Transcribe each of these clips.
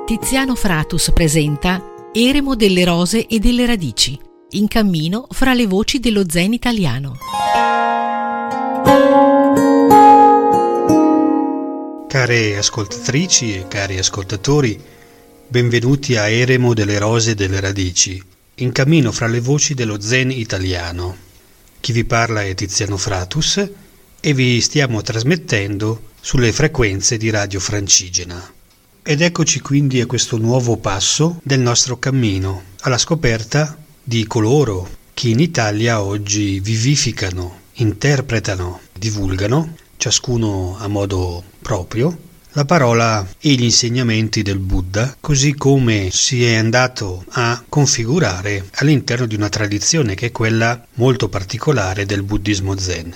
Tiziano Fratus presenta Eremo delle rose e delle radici, in cammino fra le voci dello zen italiano. Care ascoltatrici e cari ascoltatori, benvenuti a Eremo delle rose e delle radici, in cammino fra le voci dello zen italiano. Chi vi parla è Tiziano Fratus e vi stiamo trasmettendo sulle frequenze di Radio Francigena. Ed eccoci quindi a questo nuovo passo del nostro cammino, alla scoperta di coloro che in Italia oggi vivificano, interpretano, divulgano, ciascuno a modo proprio, la parola e gli insegnamenti del Buddha, così come si è andato a configurare all'interno di una tradizione che è quella molto particolare del buddismo zen.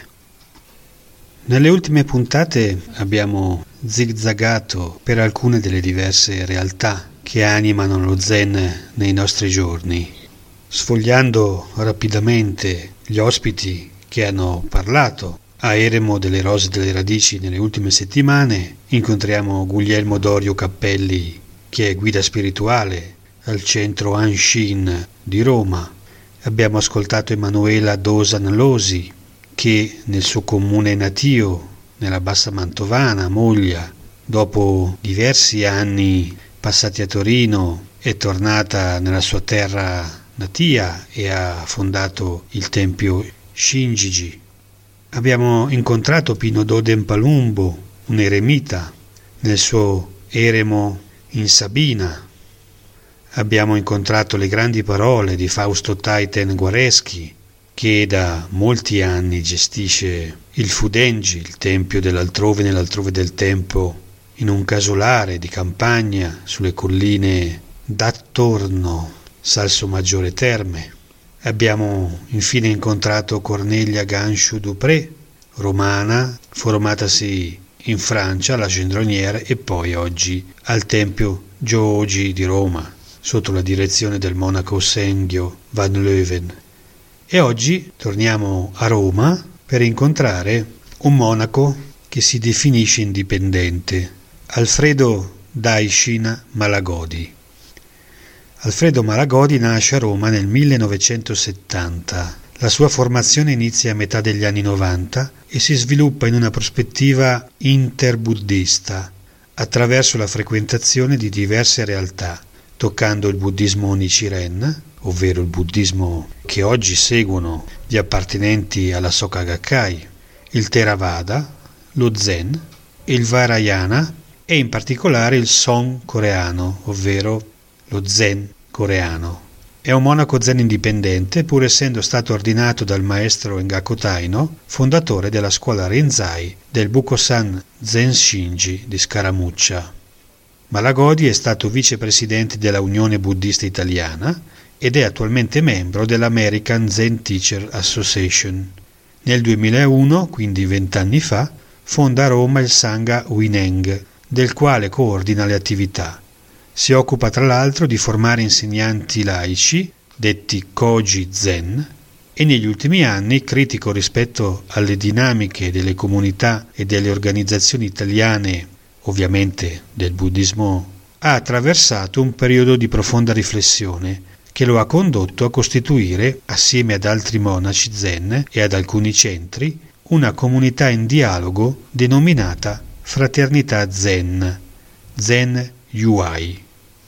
Nelle ultime puntate abbiamo zigzagato per alcune delle diverse realtà che animano lo zen nei nostri giorni, sfogliando rapidamente gli ospiti che hanno parlato. A Eremo delle rose e delle radici nelle ultime settimane incontriamo Guglielmo Dorio Cappelli, che è guida spirituale al centro Anshin di Roma. Abbiamo ascoltato Emanuela Dosan Losi, che nel suo comune natio, nella Bassa Mantovana, Moglia, dopo diversi anni passati a Torino, è tornata nella sua terra natia e ha fondato il tempio Shinjiji. Abbiamo incontrato Pino Doden Palumbo, un eremita, nel suo eremo in Sabina. Abbiamo incontrato le grandi parole di Fausto Taiten Guareschi, che da molti anni gestisce il Fudenji, il tempio dell'altrove nell'altrove del tempo, in un casolare di campagna sulle colline d'attorno Salsomaggiore Terme. Abbiamo infine incontrato Cornelia Ganshu Dupré, romana, formatasi in Francia alla Gendronnière e poi oggi al Tempio Gioji di Roma, sotto la direzione del monaco Sengyo Van Leuven. E oggi torniamo a Roma per incontrare un monaco che si definisce indipendente, Alfredo Daishin Malagodi. Alfredo Malagodi nasce a Roma nel 1970. La sua formazione inizia a metà degli anni 90 e si sviluppa in una prospettiva interbuddista, attraverso la frequentazione di diverse realtà, toccando il buddismo Nichiren, ovvero il buddismo che oggi seguono gli appartenenti alla Soka Gakkai, il Theravada, lo Zen, il Vajrayana e in particolare il Song coreano, ovvero lo Zen coreano. È un monaco zen indipendente, pur essendo stato ordinato dal maestro Engaku Taino, fondatore della scuola Rinzai del Bukosan Zen Shinji di Scaramuccia. Malagodi è stato vicepresidente della Unione Buddista Italiana ed è attualmente membro dell'American Zen Teacher Association. Nel 2001, quindi 20 anni fa, fonda a Roma il Sangha Huineng, del quale coordina le attività. Si occupa tra l'altro di formare insegnanti laici, detti Koji Zen, e negli ultimi anni, critico rispetto alle dinamiche delle comunità e delle organizzazioni italiane, ovviamente del buddismo, ha attraversato un periodo di profonda riflessione che lo ha condotto a costituire, assieme ad altri monaci zen e ad alcuni centri, una comunità in dialogo denominata Fraternità Zen, Zen UI.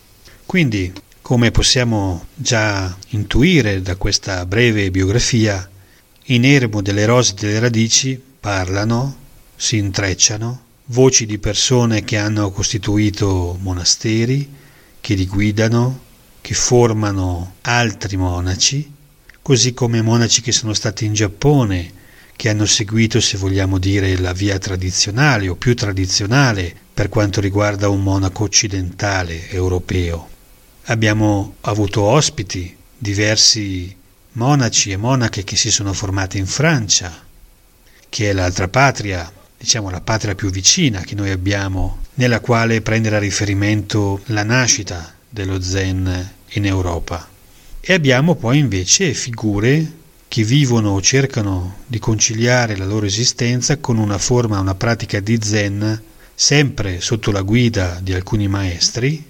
Quindi, come possiamo già intuire da questa breve biografia, in Eremo delle rose e delle radici parlano, si intrecciano, voci di persone che hanno costituito monasteri, che li guidano, che formano altri monaci, così come monaci che sono stati in Giappone, che hanno seguito, se vogliamo dire, la via tradizionale o più tradizionale per quanto riguarda un monaco occidentale, europeo. Abbiamo avuto ospiti, diversi monaci e monache che si sono formati in Francia, che è l'altra patria, diciamo la patria più vicina che noi abbiamo, nella quale prendere a riferimento la nascita dello Zen in Europa. E abbiamo poi invece figure che vivono o cercano di conciliare la loro esistenza con una pratica di Zen sempre sotto la guida di alcuni maestri,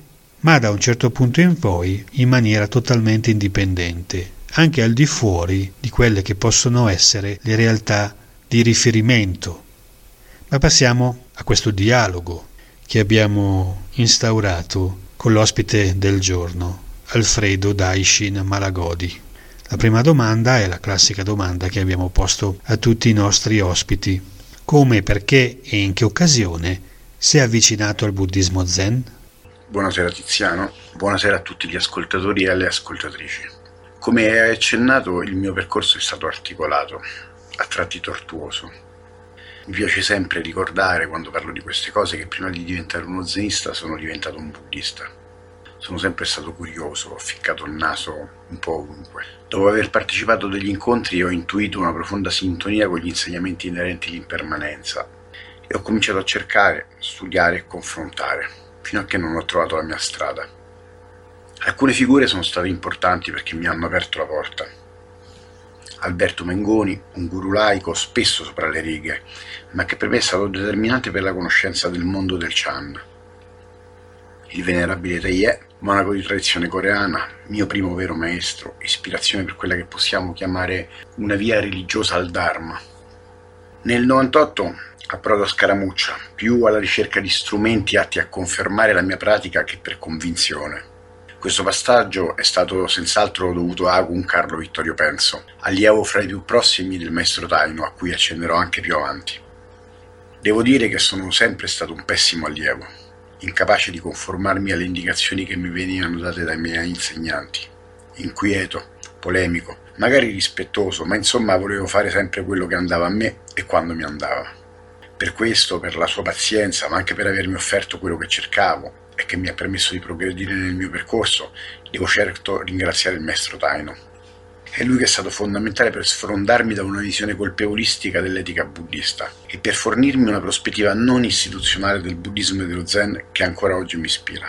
ma da un certo punto in poi in maniera totalmente indipendente, anche al di fuori di quelle che possono essere le realtà di riferimento. Ma passiamo a questo dialogo che abbiamo instaurato con l'ospite del giorno, Alfredo Daishin Malagodi. La prima domanda è la classica domanda che abbiamo posto a tutti i nostri ospiti: come, perché e in che occasione si è avvicinato al buddismo zen? Buonasera Tiziano, buonasera a tutti gli ascoltatori e alle ascoltatrici. Come hai accennato, il mio percorso è stato articolato, a tratti tortuoso. Mi piace sempre ricordare, quando parlo di queste cose, che prima di diventare uno zenista sono diventato un buddista. Sono sempre stato curioso, ho ficcato il naso un po' ovunque. Dopo aver partecipato degli incontri ho intuito una profonda sintonia con gli insegnamenti inerenti all'impermanenza e ho cominciato a cercare, studiare e confrontare, fino a che non ho trovato la mia strada. Alcune figure sono state importanti perché mi hanno aperto la porta. Alberto Mengoni, un guru laico spesso sopra le righe, ma che per me è stato determinante per la conoscenza del mondo del Chan. Il venerabile Taiyé, monaco di tradizione coreana, mio primo vero maestro, ispirazione per quella che possiamo chiamare una via religiosa al Dharma. Nel 98 approdo a Scaramuccia, più alla ricerca di strumenti atti a confermare la mia pratica che per convinzione. Questo passaggio è stato senz'altro dovuto a Agun Carlo Vittorio Penso, allievo fra i più prossimi del maestro Taino, a cui accennerò anche più avanti. Devo dire che sono sempre stato un pessimo allievo, incapace di conformarmi alle indicazioni che mi venivano date dai miei insegnanti, inquieto, polemico, magari rispettoso, ma insomma volevo fare sempre quello che andava a me e quando mi andava. Per questo, per la sua pazienza, ma anche per avermi offerto quello che cercavo e che mi ha permesso di progredire nel mio percorso, devo certo ringraziare il maestro Taino. È lui che è stato fondamentale per sfrondarmi da una visione colpevolistica dell'etica buddista e per fornirmi una prospettiva non istituzionale del buddismo e dello zen che ancora oggi mi ispira.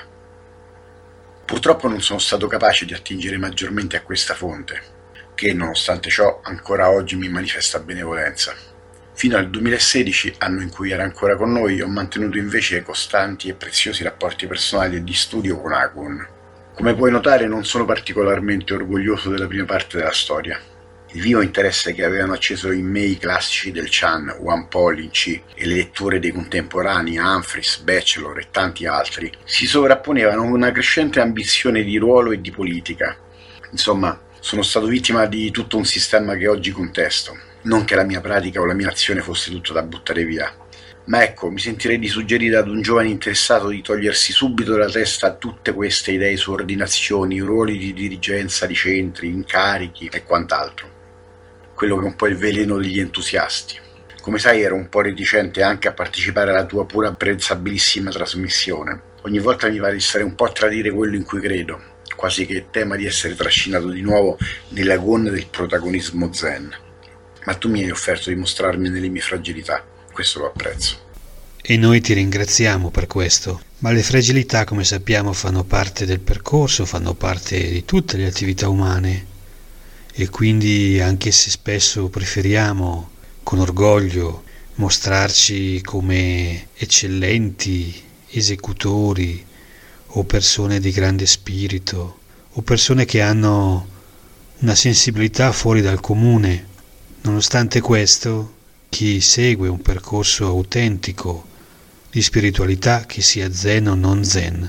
Purtroppo non sono stato capace di attingere maggiormente a questa fonte, che nonostante ciò ancora oggi mi manifesta benevolenza. Fino al 2016, anno in cui era ancora con noi, ho mantenuto invece costanti e preziosi rapporti personali e di studio con Agun. Come puoi notare, non sono particolarmente orgoglioso della prima parte della storia. Il vivo interesse che avevano acceso in me i classici del Chan, Whampoa, Lin Chi e le letture dei contemporanei, Humphreys, Batchelor e tanti altri, si sovrapponevano a una crescente ambizione di ruolo e di politica. Insomma, sono stato vittima di tutto un sistema che oggi contesto. Non che la mia pratica o la mia azione fosse tutto da buttare via, ma ecco, mi sentirei di suggerire ad un giovane interessato di togliersi subito dalla testa tutte queste idee su ordinazioni, ruoli di dirigenza di centri, incarichi e quant'altro. Quello che è un po' il veleno degli entusiasti. Come sai, ero un po' reticente anche a partecipare alla tua pura apprezzabilissima trasmissione. Ogni volta mi pare di stare un po' a tradire quello in cui credo, quasi che tema di essere trascinato di nuovo nella gonna del protagonismo zen. Ma tu mi hai offerto di mostrarmi nelle mie fragilità, questo lo apprezzo. E noi ti ringraziamo per questo, ma le fragilità, come sappiamo, fanno parte del percorso, fanno parte di tutte le attività umane e quindi, anche se spesso preferiamo con orgoglio mostrarci come eccellenti esecutori o persone di grande spirito o persone che hanno una sensibilità fuori dal comune, nonostante questo, chi segue un percorso autentico di spiritualità, che sia zen o non zen,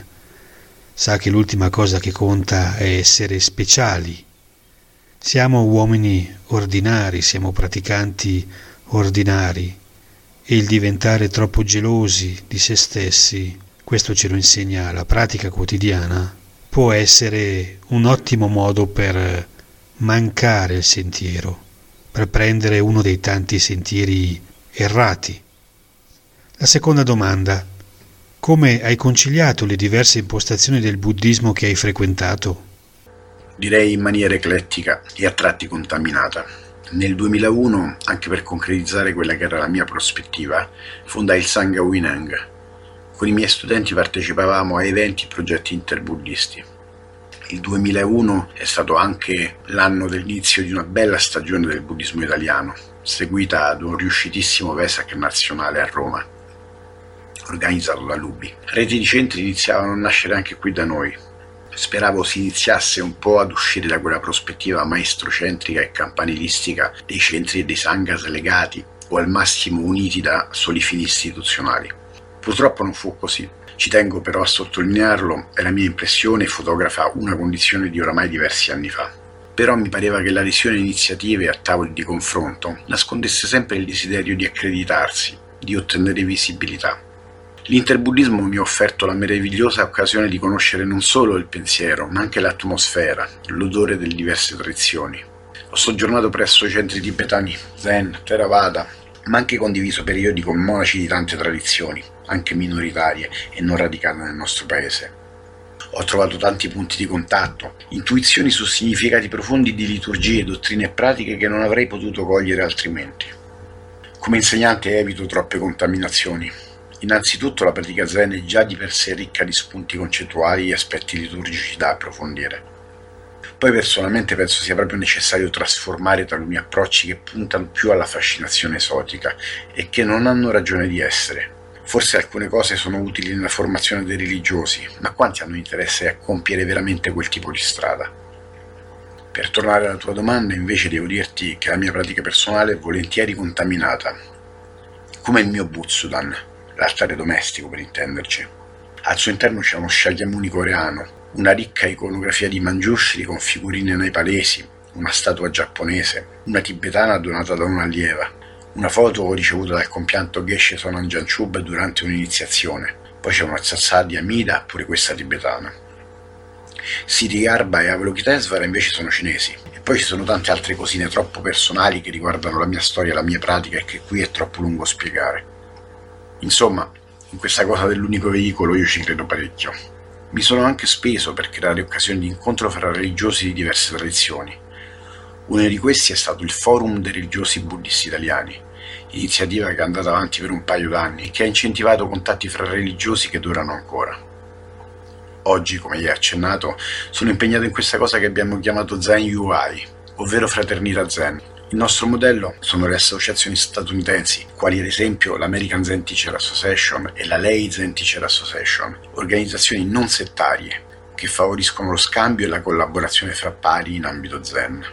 sa che l'ultima cosa che conta è essere speciali. Siamo uomini ordinari, siamo praticanti ordinari e il diventare troppo gelosi di se stessi, questo ce lo insegna la pratica quotidiana, può essere un ottimo modo per mancare il sentiero, per prendere uno dei tanti sentieri errati. La seconda domanda: come hai conciliato le diverse impostazioni del buddismo che hai frequentato? Direi in maniera eclettica e a tratti contaminata. Nel 2001, anche per concretizzare quella che era la mia prospettiva, fondai il Sangha Huineng. Con i miei studenti partecipavamo a eventi e progetti interbuddisti. Il 2001 è stato anche l'anno dell'inizio di una bella stagione del buddismo italiano, seguita ad un riuscitissimo Vesak nazionale a Roma. organizzato da Lubi. Reti di centri iniziavano a nascere anche qui da noi. Speravo si iniziasse un po' ad uscire da quella prospettiva maestrocentrica e campanilistica dei centri e dei sanghas legati o al massimo uniti da soli fini istituzionali. Purtroppo non fu così. Ci tengo però a sottolinearlo, è la mia impressione e fotografa una condizione di oramai diversi anni fa. Però mi pareva che l'adesione a iniziative e a tavoli di confronto nascondesse sempre il desiderio di accreditarsi, di ottenere visibilità. L'interbullismo mi ha offerto la meravigliosa occasione di conoscere non solo il pensiero, ma anche l'atmosfera, l'odore delle diverse tradizioni. Ho soggiornato presso centri tibetani, Zen, Theravada, ma anche condiviso periodi con monaci di tante tradizioni, anche minoritarie e non radicate nel nostro paese. Ho trovato tanti punti di contatto, intuizioni su significati profondi di liturgie, dottrine e pratiche che non avrei potuto cogliere altrimenti. Come insegnante evito troppe contaminazioni. Innanzitutto la pratica Zen è già di per sé ricca di spunti concettuali e aspetti liturgici da approfondire. Poi personalmente penso sia proprio necessario trasformare taluni approcci che puntano più alla fascinazione esotica e che non hanno ragione di essere. Forse alcune cose sono utili nella formazione dei religiosi, ma quanti hanno interesse a compiere veramente quel tipo di strada? Per tornare alla tua domanda, invece devo dirti che la mia pratica personale è volentieri contaminata, come il mio Butsudan, l'altare domestico per intenderci. Al suo interno c'è uno Shakyamuni coreano, una ricca iconografia di Manjushri con figurine nepalesi, una statua giapponese, una tibetana donata da un'allieva, una foto ricevuta dal compianto Geshe Sonam Jamchub durante un'iniziazione, poi c'è una Tsatsà di Amida, pure questa tibetana. Siri Garba e Avalokitesvara invece sono cinesi, e poi ci sono tante altre cosine troppo personali che riguardano la mia storia e la mia pratica e che qui è troppo lungo spiegare. Insomma, in questa cosa dell'unico veicolo io ci credo parecchio. Mi sono anche speso per creare occasioni di incontro fra religiosi di diverse tradizioni. Uno di questi è stato il Forum dei religiosi buddisti italiani, iniziativa che è andata avanti per un paio d'anni e che ha incentivato contatti fra religiosi che durano ancora. Oggi, come gli hai accennato, sono impegnato in questa cosa che abbiamo chiamato Zen UI, ovvero Fraternità Zen. Il nostro modello sono le associazioni statunitensi, quali ad esempio l'American Zen Teacher Association e la Lay Zen Teacher Association, organizzazioni non settarie che favoriscono lo scambio e la collaborazione fra pari in ambito Zen.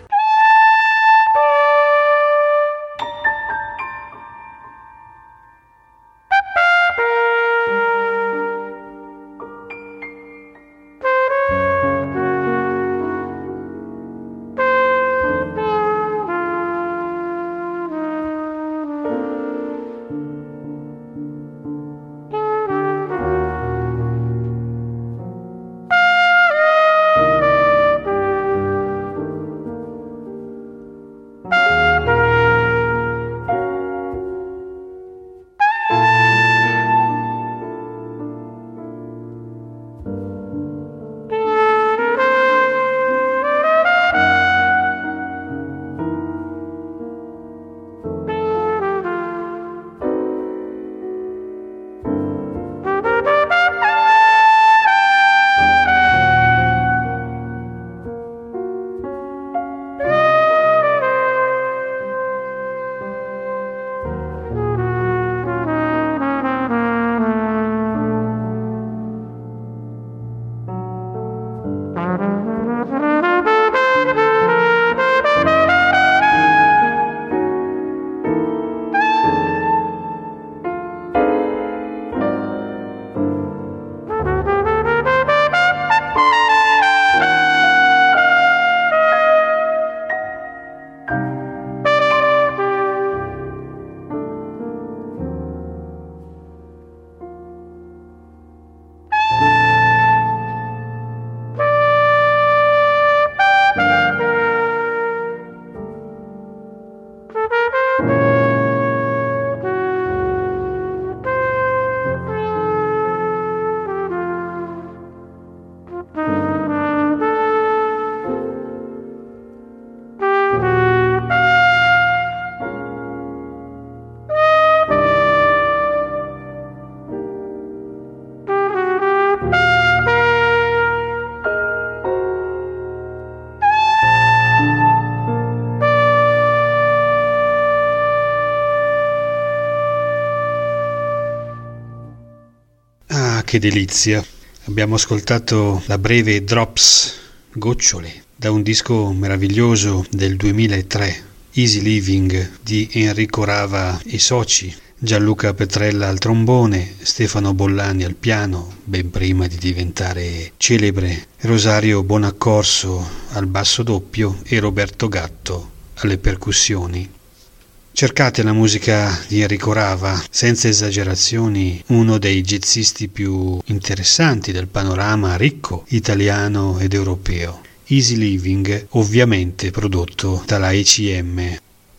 Ma che delizia! Abbiamo ascoltato la breve Drops, gocciole, da un disco meraviglioso del 2003, Easy Living di Enrico Rava e soci, Gianluca Petrella al trombone, Stefano Bollani al piano, ben prima di diventare celebre, Rosario Bonaccorso al basso doppio e Roberto Gatto alle percussioni. Cercate la musica di Enrico Rava, senza esagerazioni, uno dei jazzisti più interessanti del panorama ricco italiano ed europeo. Easy Living, ovviamente prodotto dalla ECM.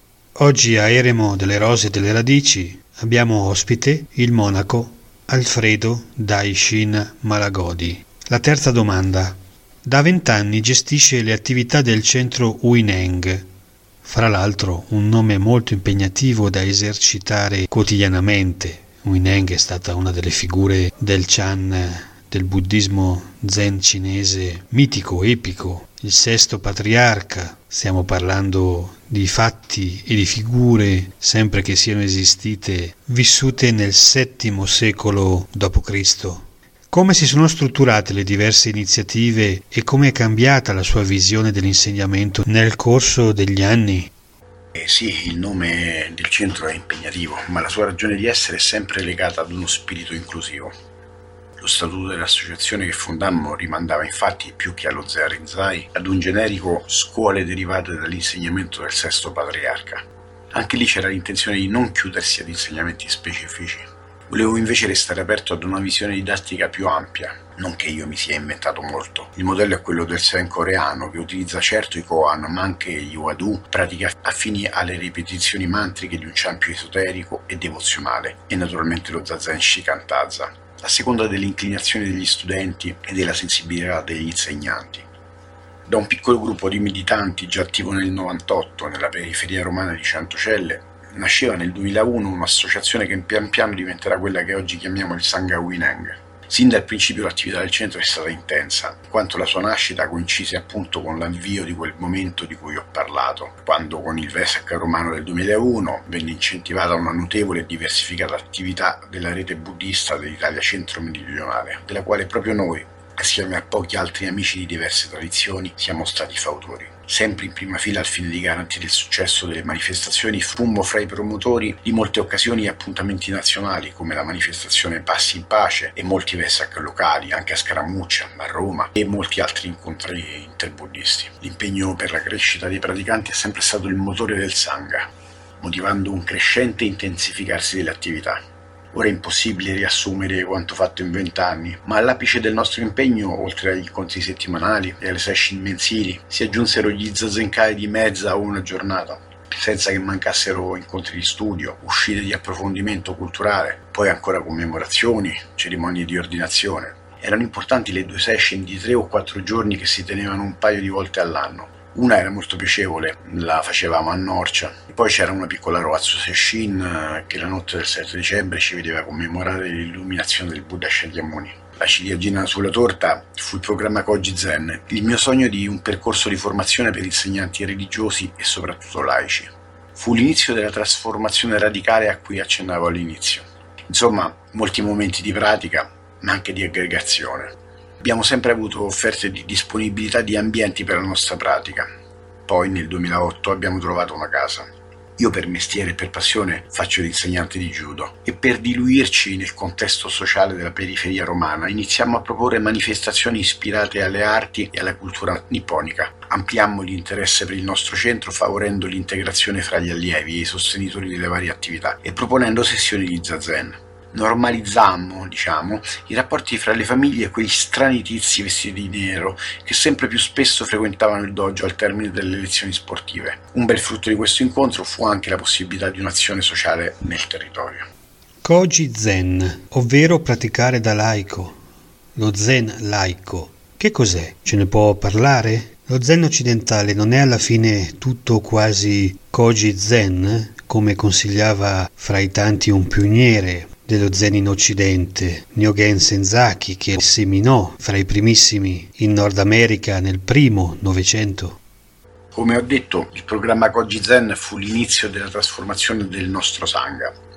Oggi a Eremo delle Rose e delle Radici abbiamo ospite il monaco Alfredo Daishin Malagodi. La terza domanda. Da 20 anni gestisce le attività del centro Huineng. Fra l'altro un nome molto impegnativo da esercitare quotidianamente. Huineng è stata una delle figure del Chan, del buddismo zen cinese mitico, epico, il sesto patriarca. Stiamo parlando di fatti e di figure, sempre che siano esistite, vissute nel VII secolo d.C. Come si sono strutturate le diverse iniziative e come è cambiata la sua visione dell'insegnamento nel corso degli anni? Sì, il nome del centro è impegnativo, ma la sua ragione di essere è sempre legata ad uno spirito inclusivo. Lo statuto dell'associazione che fondammo rimandava infatti, più che allo Zeharinzai, ad un generico scuole derivate dall'insegnamento del sesto patriarca. Anche lì c'era l'intenzione di non chiudersi ad insegnamenti specifici. Volevo invece restare aperto ad una visione didattica più ampia, non che io mi sia inventato molto. Il modello è quello del Zen coreano, che utilizza certo i koan, ma anche gli wadu, pratiche affini alle ripetizioni mantriche di un champio esoterico e devozionale, e naturalmente lo Zazen Shikantaza, a seconda delle inclinazioni degli studenti e della sensibilità degli insegnanti. Da un piccolo gruppo di meditanti già attivo nel 98 nella periferia romana di Centocelle, nasceva nel 2001 un'associazione che pian piano diventerà quella che oggi chiamiamo il Sangha Huineng. Sin dal principio l'attività del centro è stata intensa, in quanto la sua nascita coincise appunto con l'avvio di quel momento di cui ho parlato, quando con il Vesak romano del 2001 venne incentivata una notevole e diversificata attività della rete buddista dell'Italia centro-meridionale, della quale proprio noi, assieme a pochi altri amici di diverse tradizioni, siamo stati fautori. Sempre in prima fila al fine di garantire il successo delle manifestazioni, fummo fra i promotori di molte occasioni e appuntamenti nazionali, come la manifestazione Passi in Pace e molti Vesak locali, anche a Scaramuccia, a Roma, e molti altri incontri interbuddisti. L'impegno per la crescita dei praticanti è sempre stato il motore del Sangha, motivando un crescente intensificarsi delle attività. Ora è impossibile riassumere quanto fatto in 20 anni, ma all'apice del nostro impegno, oltre agli incontri settimanali e alle session mensili, si aggiunsero gli zazenkai di mezza o una giornata, senza che mancassero incontri di studio, uscite di approfondimento culturale, poi ancora commemorazioni, cerimonie di ordinazione. Erano importanti le 2 session di 3 o 4 giorni che si tenevano un paio di volte all'anno. Una era molto piacevole, la facevamo a Norcia, e poi c'era una piccola Roatsu Sesshin che la notte del 7 dicembre ci vedeva commemorare l'illuminazione del Buddha Shakyamuni. La ciliegina sulla torta fu il programma Koji Zen, il mio sogno di un percorso di formazione per insegnanti religiosi e soprattutto laici. Fu l'inizio della trasformazione radicale a cui accennavo all'inizio. Insomma, molti momenti di pratica, ma anche di aggregazione. Abbiamo sempre avuto offerte di disponibilità di ambienti per la nostra pratica. Poi nel 2008 abbiamo trovato una casa. Io per mestiere e per passione faccio l'insegnante di judo e per diluirci nel contesto sociale della periferia romana iniziamo a proporre manifestazioni ispirate alle arti e alla cultura nipponica. Ampliammo l'interesse per il nostro centro favorendo l'integrazione fra gli allievi e i sostenitori delle varie attività e proponendo sessioni di zazen. Normalizzammo, i rapporti fra le famiglie e quegli strani tizi vestiti di nero che sempre più spesso frequentavano il dojo al termine delle lezioni sportive. Un bel frutto di questo incontro fu anche la possibilità di un'azione sociale nel territorio. Koji Zen, ovvero praticare da laico. Lo Zen laico. Che cos'è? Ce ne può parlare? Lo Zen occidentale non è alla fine tutto quasi Koji Zen, come consigliava fra i tanti un pioniere dello Zen in Occidente, Nyogen Senzaki, che seminò fra i primissimi in Nord America nel primo Novecento. Come ho detto, il programma Koji Zen fu l'inizio della trasformazione del nostro Sangha.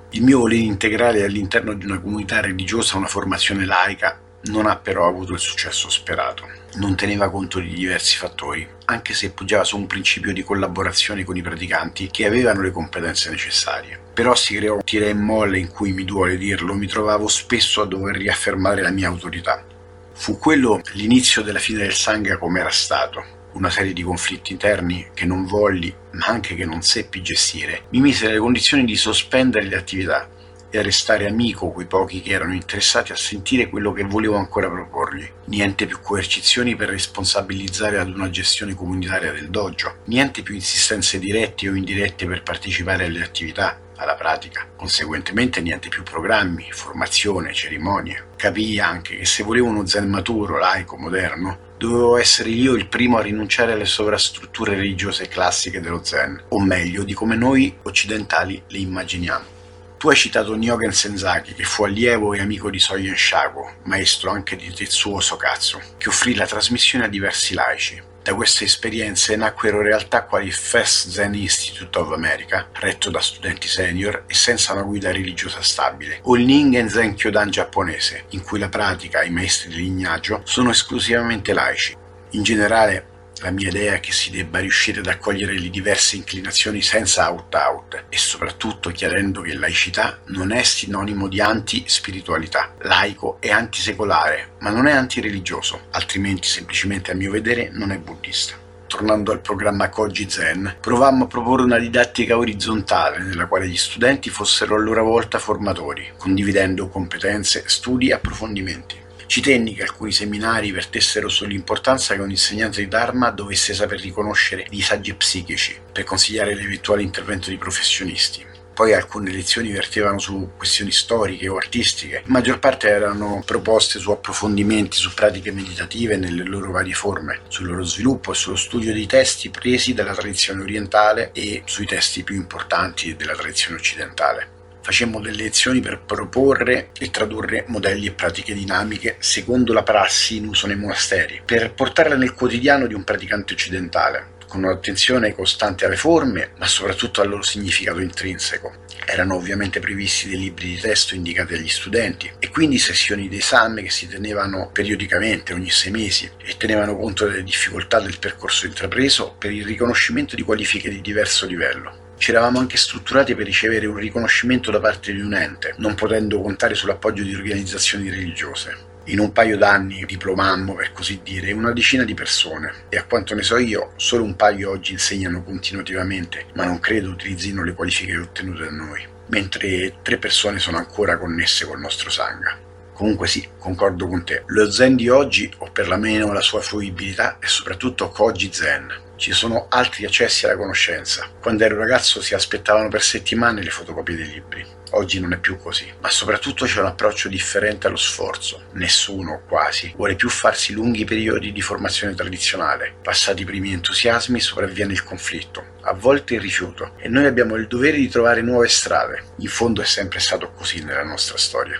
Il mio voler integrare all'interno di una comunità religiosa una formazione laica non ha però avuto il successo sperato. Non teneva conto di diversi fattori, anche se poggiava su un principio di collaborazione con i praticanti che avevano le competenze necessarie. Però si creò un tira e molla in cui, mi duole dirlo, mi trovavo spesso a dover riaffermare la mia autorità. Fu quello l'inizio della fine del Sangha come era stato. Una serie di conflitti interni che non volli, ma anche che non seppi gestire, mi mise nelle condizioni di sospendere le attività e a restare amico quei pochi che erano interessati a sentire quello che volevo ancora proporgli. Niente più coercizioni per responsabilizzare ad una gestione comunitaria del dojo, niente più insistenze dirette o indirette per partecipare alle attività, alla pratica. Conseguentemente niente più programmi, formazione, cerimonie. Capii anche che se volevo uno zen maturo, laico, moderno, dovevo essere io il primo a rinunciare alle sovrastrutture religiose classiche dello zen, o meglio, di come noi occidentali le immaginiamo. Tu hai citato Nyogen Senzaki, che fu allievo e amico di Soyen Shago, maestro anche di Tetsuo Sokatsu, che offrì la trasmissione a diversi laici. Da queste esperienze nacquero realtà quali First Zen Institute of America, retto da studenti senior e senza una guida religiosa stabile, o il Ningen Zen Kyodan giapponese, in cui la pratica e i maestri di lignaggio sono esclusivamente laici. In generale, la mia idea è che si debba riuscire ad accogliere le diverse inclinazioni senza opt-out e soprattutto chiarendo che laicità non è sinonimo di anti-spiritualità. Laico è antisecolare, ma non è antireligioso, altrimenti semplicemente a mio vedere non è buddista. Tornando al programma Koji Zen, provammo a proporre una didattica orizzontale nella quale gli studenti fossero a loro volta formatori, condividendo competenze, studi e approfondimenti. Ci tenni che alcuni seminari vertessero sull'importanza che un insegnante di Dharma dovesse saper riconoscere i disagi psichici per consigliare l'eventuale intervento di professionisti. Poi alcune lezioni vertevano su questioni storiche o artistiche, la maggior parte erano proposte su approfondimenti su pratiche meditative nelle loro varie forme, sul loro sviluppo e sullo studio dei testi presi dalla tradizione orientale e sui testi più importanti della tradizione occidentale. Facemmo delle lezioni per proporre e tradurre modelli e pratiche dinamiche secondo la prassi in uso nei monasteri, per portarle nel quotidiano di un praticante occidentale, con un'attenzione costante alle forme, ma soprattutto al loro significato intrinseco. Erano ovviamente previsti dei libri di testo indicati agli studenti e quindi sessioni di esame che si tenevano periodicamente, ogni 6 mesi, e tenevano conto delle difficoltà del percorso intrapreso per il riconoscimento di qualifiche di diverso livello. Ci eravamo anche strutturati per ricevere un riconoscimento da parte di un ente, non potendo contare sull'appoggio di organizzazioni religiose. In un paio d'anni diplomammo, per così dire, una decina di persone e a quanto ne so io, solo un paio oggi insegnano continuativamente, ma non credo utilizzino le qualifiche ottenute da noi, mentre 3 persone sono ancora connesse col nostro Sangha. Comunque sì, concordo con te. Lo Zen di oggi, o perlomeno la sua fruibilità, è soprattutto Koji Zen. Ci sono altri accessi alla conoscenza. Quando ero ragazzo si aspettavano per settimane le fotocopie dei libri. Oggi non è più così, ma soprattutto c'è un approccio differente allo sforzo. Nessuno, quasi, vuole più farsi lunghi periodi di formazione tradizionale. Passati i primi entusiasmi sopravviene il conflitto, a volte il rifiuto, e noi abbiamo il dovere di trovare nuove strade. In fondo è sempre stato così nella nostra storia.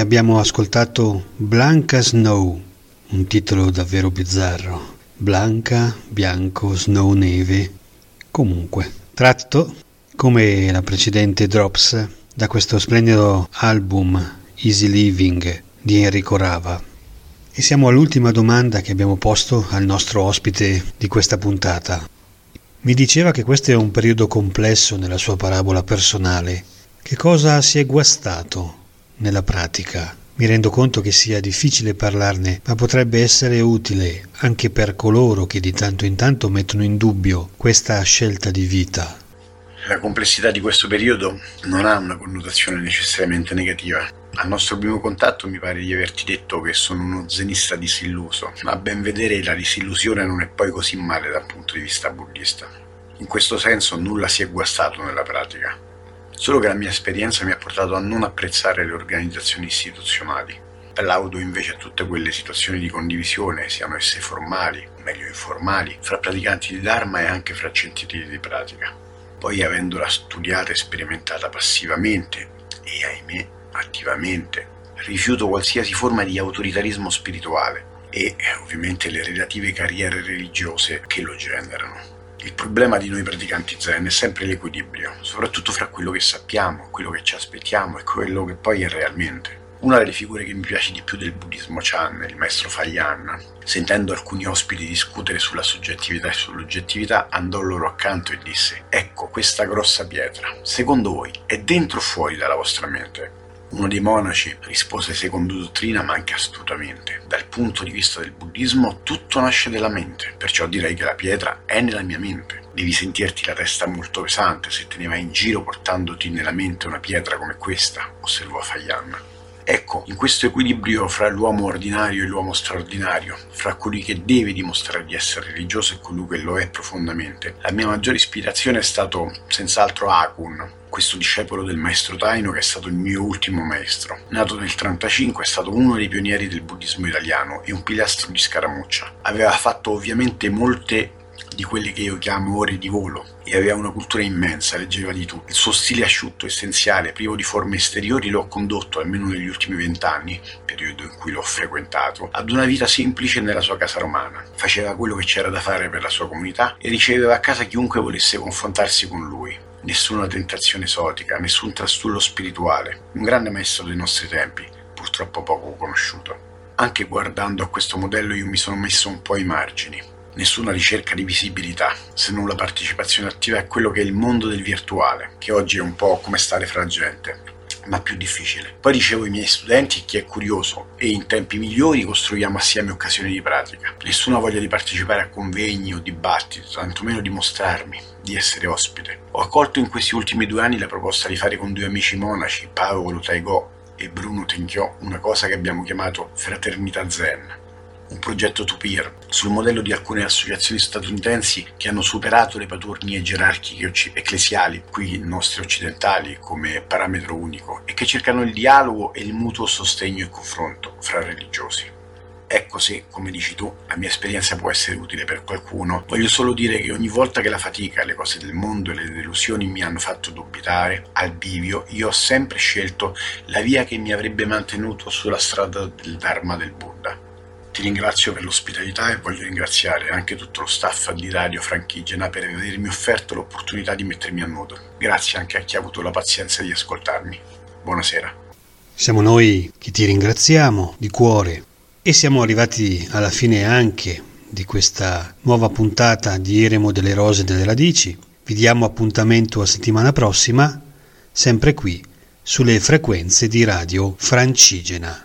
abbiamo ascoltato Blanca Snow, un titolo davvero bizzarro. Blanca, bianco, snow, neve. Comunque, tratto, come la precedente Drops, da questo splendido album Easy Living di Enrico Rava. E siamo all'ultima domanda che abbiamo posto al nostro ospite di questa puntata. Mi diceva che questo è un periodo complesso nella sua parabola personale. Che cosa si è guastato nella pratica? Mi rendo conto che sia difficile parlarne, ma potrebbe essere utile anche per coloro che di tanto in tanto mettono in dubbio questa scelta di vita. La complessità di questo periodo non ha una connotazione necessariamente negativa. Al nostro primo contatto mi pare di averti detto che sono uno zenista disilluso, ma a ben vedere la disillusione non è poi così male dal punto di vista buddista. In questo senso nulla si è guastato nella pratica. Solo che la mia esperienza mi ha portato a non apprezzare le organizzazioni istituzionali. Plaudo invece a tutte quelle situazioni di condivisione, siano esse formali o meglio informali, fra praticanti di Dharma e anche fra centri di pratica. Poi, avendola studiata e sperimentata passivamente e, ahimè, attivamente, rifiuto qualsiasi forma di autoritarismo spirituale e, ovviamente, le relative carriere religiose che lo generano. Il problema di noi praticanti Zen è sempre l'equilibrio, soprattutto fra quello che sappiamo, quello che ci aspettiamo e quello che poi è realmente. Una delle figure che mi piace di più del buddismo Chan, il maestro Fayan, sentendo alcuni ospiti discutere sulla soggettività e sull'oggettività, andò loro accanto e disse: «Ecco, questa grossa pietra, secondo voi è dentro o fuori dalla vostra mente?» Uno dei monaci rispose: «Secondo dottrina manca astutamente. Dal punto di vista del buddismo tutto nasce dalla mente, perciò direi che la pietra è nella mia mente. Devi sentirti la testa molto pesante se te ne vai in giro portandoti nella mente una pietra come questa», osservò Fayan. Ecco, in questo equilibrio fra l'uomo ordinario e l'uomo straordinario, fra colui che deve dimostrare di essere religioso e colui che lo è profondamente, la mia maggiore ispirazione è stato senz'altro Akun, questo discepolo del maestro Taino che è stato il mio ultimo maestro. Nato nel 1935, è stato uno dei pionieri del buddismo italiano e un pilastro di scaramuccia. Aveva fatto ovviamente molte di quelle che io chiamo ore di volo e aveva una cultura immensa, leggeva di tutto. Il suo stile asciutto, essenziale, privo di forme esteriori lo ha condotto, almeno negli ultimi 20 anni, periodo in cui l'ho frequentato, ad una vita semplice nella sua casa romana. Faceva quello che c'era da fare per la sua comunità e riceveva a casa chiunque volesse confrontarsi con lui. Nessuna tentazione esotica, nessun trastullo spirituale. Un grande maestro dei nostri tempi, purtroppo poco conosciuto. Anche guardando a questo modello io mi sono messo un po' ai margini. Nessuna ricerca di visibilità, se non la partecipazione attiva a quello che è il mondo del virtuale, che oggi è un po' come stare fra gente, ma più difficile. Poi ricevo i miei studenti e chi è curioso e in tempi migliori costruiamo assieme occasioni di pratica. Nessuna voglia di partecipare a convegni o dibattiti, tantomeno di mostrarmi, di essere ospite. Ho accolto in questi ultimi 2 anni la proposta di fare con 2 amici monaci, Paolo Taigo e Bruno Tenchiò, una cosa che abbiamo chiamato Fraternità Zen. Un progetto to-peer, sul modello di alcune associazioni statunitensi che hanno superato le paturnie gerarchiche ecclesiali, qui nostre occidentali, come parametro unico, e che cercano il dialogo e il mutuo sostegno e confronto fra religiosi. Ecco, se, come dici tu, la mia esperienza può essere utile per qualcuno, voglio solo dire che ogni volta che la fatica, le cose del mondo e le delusioni mi hanno fatto dubitare, al bivio, io ho sempre scelto la via che mi avrebbe mantenuto sulla strada del Dharma del Buddha. Ti ringrazio per l'ospitalità e voglio ringraziare anche tutto lo staff di Radio Franchigena per avermi offerto l'opportunità di mettermi a nudo. Grazie anche a chi ha avuto la pazienza di ascoltarmi. Buonasera. Siamo noi che ti ringraziamo di cuore e siamo arrivati alla fine anche di questa nuova puntata di Eremo delle Rose e delle Radici. Vi diamo appuntamento a settimana prossima, sempre qui, sulle frequenze di Radio Francigena.